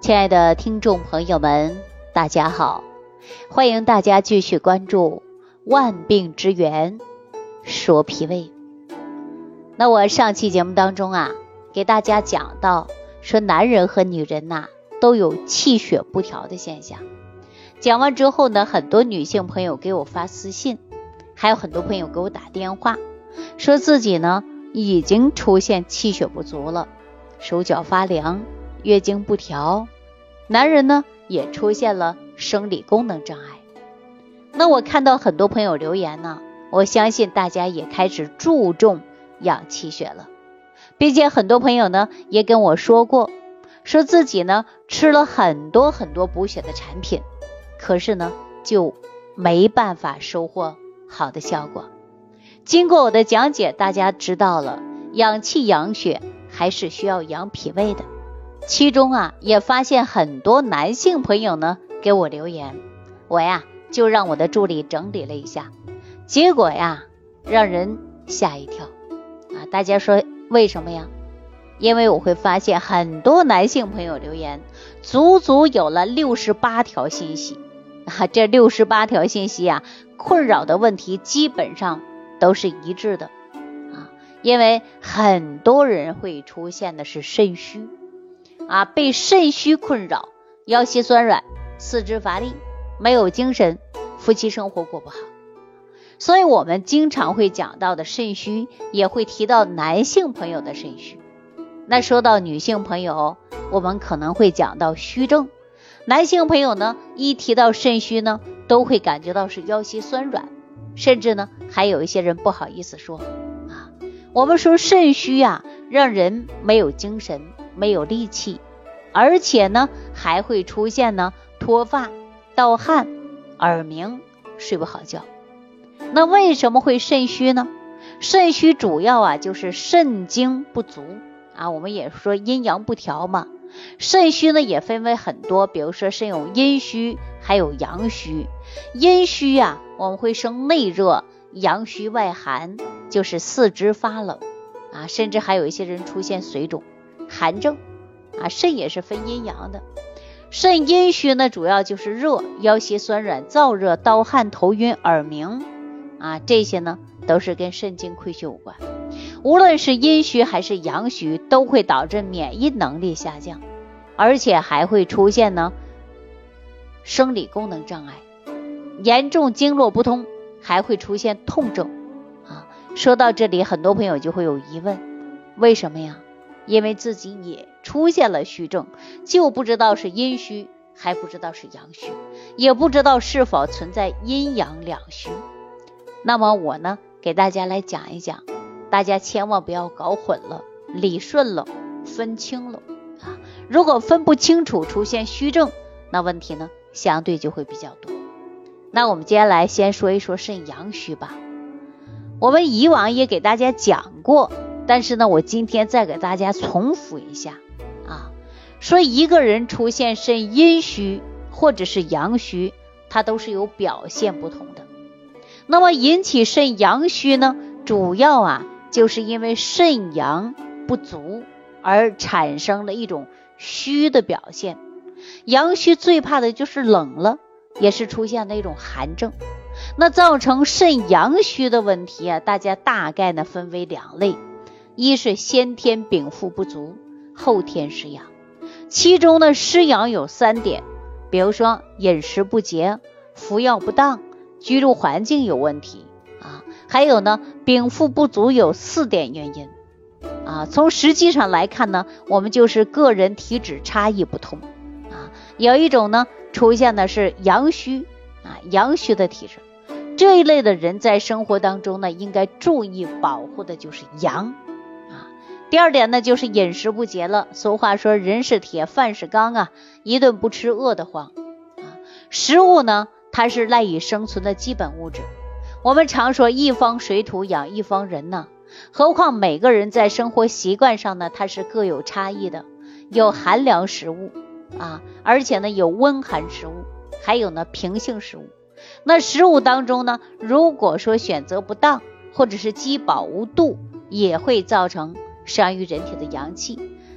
亲爱的听众朋友们，大家好，欢迎大家继续关注万病之源说脾胃。那我上期节目当中给大家讲到说男人和女人都有气血不调的现象。讲完之后呢，很多女性朋友给我发私信，还有很多朋友给我打电话，说自己呢已经出现气血不足了，手脚发凉，月经不调，男人呢也出现了生理功能障碍。那我看到很多朋友留言呢，我相信大家也开始注重养气血了，并且很多朋友呢也跟我说过，说自己呢吃了很多补血的产品，可是呢就没办法收获好的效果。经过我的讲解，大家知道了养气养血还是需要养脾胃的。其中也发现很多男性朋友呢给我留言，我就让我的助理整理了一下，结果让人吓一跳大家说为什么呀？因为我会发现很多男性朋友留言足足有了68条信息这68条信息困扰的问题基本上都是一致的因为很多人会出现的是肾虚被肾虚困扰，腰膝酸软，四肢乏力，没有精神，夫妻生活过不好。所以我们经常会讲到的肾虚，也会提到男性朋友的肾虚。那说到女性朋友，我们可能会讲到虚症。男性朋友呢，一提到肾虚呢，都会感觉到是腰膝酸软，甚至呢还有一些人不好意思说我们说肾虚让人没有精神，没有力气，而且呢还会出现呢脱发、盗汗、耳鸣、睡不好觉。那为什么会肾虚呢？肾虚主要就是肾精不足我们也说阴阳不调嘛。肾虚呢也分为很多，比如说肾有阴虚还有阳虚。阴虚我们会生内热，阳虚外寒，就是四肢发冷甚至还有一些人出现水肿、寒症肾也是分阴阳的。肾阴虚呢主要就是热，腰膝酸软、燥热、盗汗、头晕、耳鸣这些呢都是跟肾精亏虚有关。无论是阴虚还是阳虚，都会导致免疫能力下降，而且还会出现呢生理功能障碍，严重经络不通，还会出现痛症说到这里，很多朋友就会有疑问，为什么呀？因为自己也出现了虚症，就不知道是阴虚，还不知道是阳虚，也不知道是否存在阴阳两虚。那么我呢给大家来讲一讲，大家千万不要搞混了、理顺了、分清了如果分不清楚出现虚症，那问题呢相对就会比较多。那我们接下来先说一说肾阳虚吧。我们以往也给大家讲过，但是呢我今天再给大家重复一下说一个人出现肾阴虚或者是阳虚，它都是有表现不同的。那么引起肾阳虚呢，主要就是因为肾阳不足而产生了一种虚的表现。阳虚最怕的就是冷了，也是出现的一种寒症。那造成肾阳虚的问题大家大概呢分为两类，一是先天禀赋不足，后天失阳。其中呢失阳有3点，比如说饮食不节、服药不当、居住环境有问题还有呢禀赋不足有4点原因从实际上来看呢，我们就是个人体质差异不同有一种呢出现的是阳虚阳虚的体质，这一类的人在生活当中呢应该注意保护的就是阳第二点呢就是饮食不节了。俗话说人是铁，饭是钢一顿不吃饿得慌食物呢它是赖以生存的基本物质。我们常说一方水土养一方人何况每个人在生活习惯上呢它是各有差异的，有寒凉食物而且呢有温寒食物，还有呢平性食物。那食物当中呢，如果说选择不当，或者是饥饱无度，也会造成伤于人体的阳气。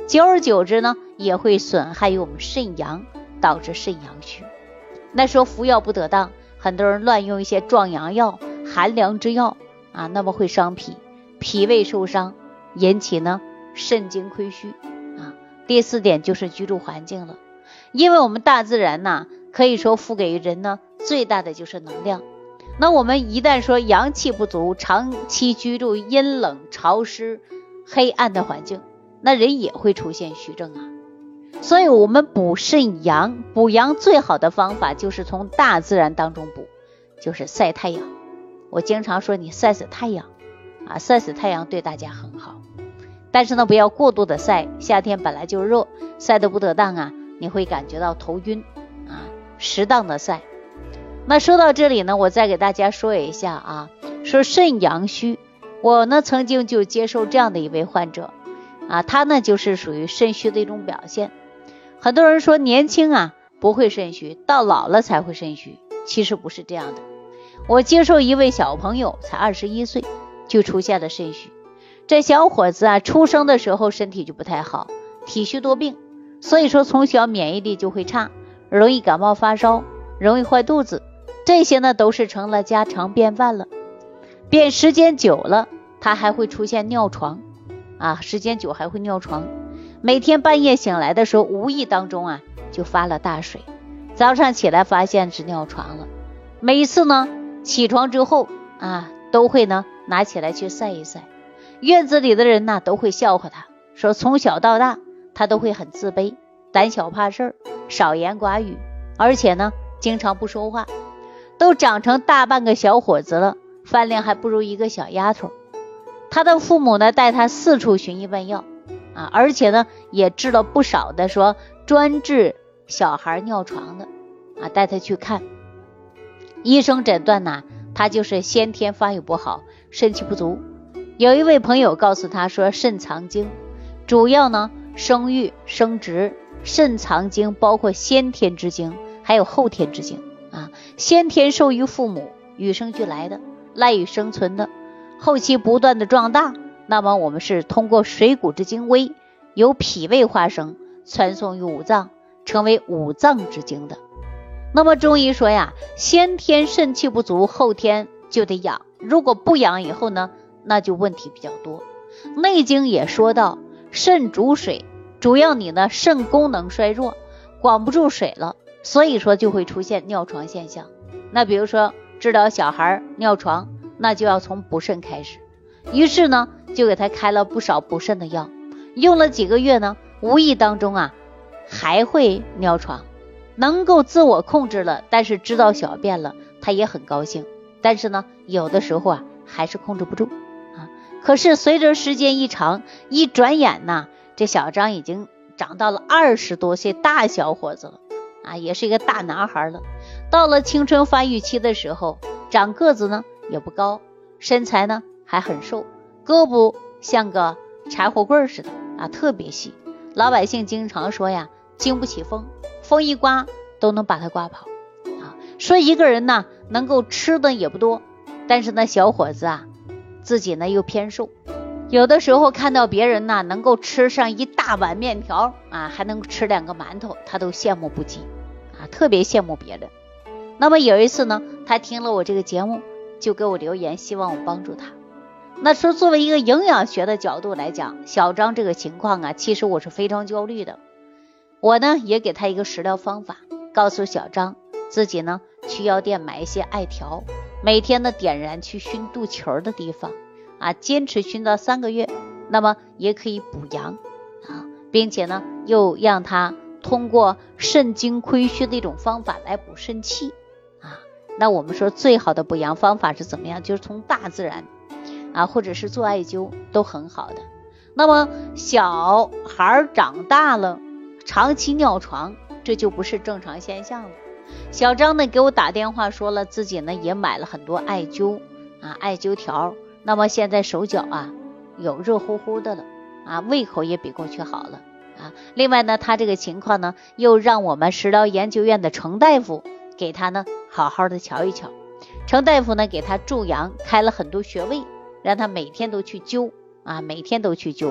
久而久之呢，也会损害于我们肾阳，导致肾阳虚。那说服药不得当，很多人乱用一些壮阳药、寒凉之药啊，那么会伤脾，脾胃受伤，引起呢肾精亏虚啊。第4点就是居住环境了，因为我们大自然呢，可以说赋给人呢最大的就是能量。那我们一旦说阳气不足，长期居住阴冷潮湿黑暗的环境，那人也会出现虚症啊。所以我们补肾阳，补阳最好的方法就是从大自然当中补，就是晒太阳。我经常说你晒晒太阳啊，晒晒太阳对大家很好，但是呢不要过度的晒，夏天本来就热，晒得不得当啊，你会感觉到头晕啊，适当的晒。那说到这里呢，我再给大家说一下啊，说肾阳虚，我呢曾经就接受这样的一位患者啊，他呢就是属于肾虚的一种表现。很多人说年轻啊不会肾虚，到老了才会肾虚，其实不是这样的。我接受一位小朋友才21岁就出现了肾虚，这小伙子啊出生的时候身体就不太好，体虚多病，所以说从小免疫力就会差，容易感冒发烧，容易坏肚子，这些呢都是成了家常便饭了。便时间久了，他还会出现尿床啊，时间久还会尿床，每天半夜醒来的时候，无意当中啊就发了大水，早上起来发现是尿床了。每一次呢起床之后啊，都会呢拿起来去晒一晒，院子里的人呢都会笑话他，说从小到大他都会很自卑，胆小怕事儿，少言寡语，而且呢经常不说话，都长成大半个小伙子了，饭量还不如一个小丫头。他的父母呢带他四处寻医问药啊，而且呢也治了不少的说专治小孩尿床的啊，带他去看。医生诊断呢，他就是先天发育不好，肾气不足。有一位朋友告诉他说，肾藏精，主要呢生育生殖，肾藏精包括先天之精还有后天之精啊。先天受于父母，与生俱来的，赖以生存的，后期不断的壮大，那么我们是通过水谷之精微，由脾胃化生，传送于五脏，成为五脏之精的。那么中医说呀，先天肾气不足，后天就得养，如果不养以后呢，那就问题比较多。内经也说到，肾主水，主要你呢肾功能衰弱，管不住水了，所以说就会出现尿床现象。那比如说治疗小孩尿床，那就要从补肾开始，于是呢就给他开了不少补肾的药，用了几个月呢，无意当中啊还会尿床，能够自我控制了，但是知道小便了，他也很高兴，但是呢有的时候啊还是控制不住啊。可是随着时间一长，一转眼呢，这小张已经长到了20多岁大小伙子了啊，也是一个大男孩了。到了青春发育期的时候，长个子呢也不高，身材呢还很瘦，胳膊像个柴火棍似的啊，特别细。老百姓经常说呀，经不起风，风一刮都能把它刮跑啊。说一个人呢能够吃的也不多，但是呢小伙子啊自己呢又偏瘦，有的时候看到别人呢能够吃上一大碗面条啊，还能吃2个馒头，他都羡慕不及啊，特别羡慕别人。那么有一次呢，他听了我这个节目，就给我留言，希望我帮助他。那说作为一个营养学的角度来讲，小张这个情况啊，其实我是非常焦虑的。我呢也给他一个食疗方法，告诉小张自己呢去药店买一些艾条，每天呢点燃去熏肚脐的地方啊，坚持熏到3个月，那么也可以补阳啊，并且呢又让他通过肾精亏虚的一种方法来补肾气啊。那我们说最好的补阳方法是怎么样？就是从大自然啊，或者是做艾灸都很好的。那么小孩长大了，长期尿床，这就不是正常现象了。小张呢给我打电话说了，自己呢也买了很多艾灸啊，艾灸条，那么现在手脚啊有热乎乎的了啊，胃口也比过去好了啊。另外呢，他这个情况呢，又让我们食疗研究院的程大夫给他呢好好的瞧一瞧。程大夫呢给他助阳，开了很多穴位，让他每天都去灸啊，每天都去灸，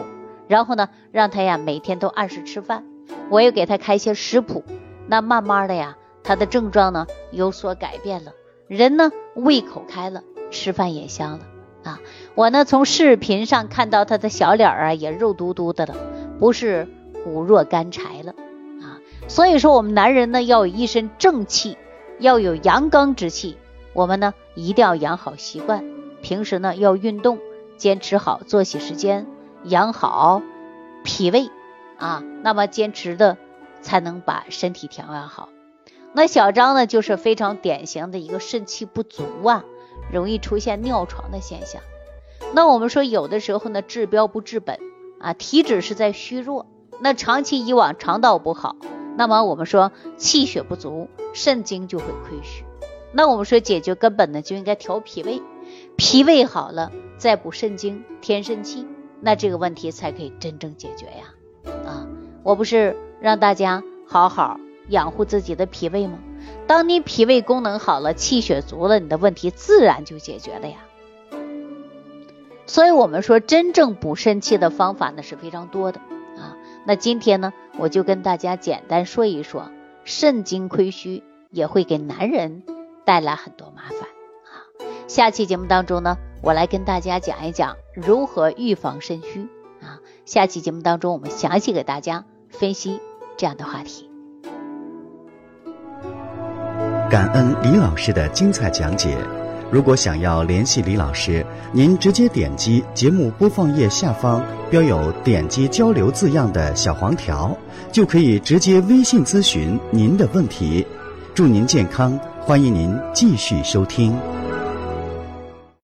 然后呢，让他呀每天都按时吃饭，我又给他开一些食谱，那慢慢的呀，他的症状呢有所改变了，人呢胃口开了，吃饭也香了啊。我呢从视频上看到他的小脸啊也肉嘟嘟的了，不是骨若干柴了啊。所以说我们男人呢要有一身正气，要有阳刚之气，我们呢一定要养好习惯，平时呢要运动，坚持好作息时间，养好脾胃啊，那么坚持的才能把身体调养好。那小张呢就是非常典型的一个肾气不足啊，容易出现尿床的现象。那我们说有的时候呢治标不治本啊，体质是在虚弱，那长期以往肠道不好，那么我们说气血不足，肾精就会亏虚。那我们说解决根本呢就应该调脾胃，脾胃好了再补肾精添肾气，那这个问题才可以真正解决呀。啊，我不是让大家好好养护自己的脾胃吗？当你脾胃功能好了，气血足了，你的问题自然就解决了呀。所以我们说真正补肾气的方法呢是非常多的啊。那今天呢我就跟大家简单说一说，肾精亏虚也会给男人带来很多麻烦啊。下期节目当中呢，我来跟大家讲一讲如何预防肾虚啊。下期节目当中我们详细给大家分析这样的话题。 感恩李老师的精彩讲解。如果想要联系李老师，您直接点击节目播放页下方标有点击交流字样的小黄条，就可以直接微信咨询您的问题。祝您健康，欢迎您继续收听。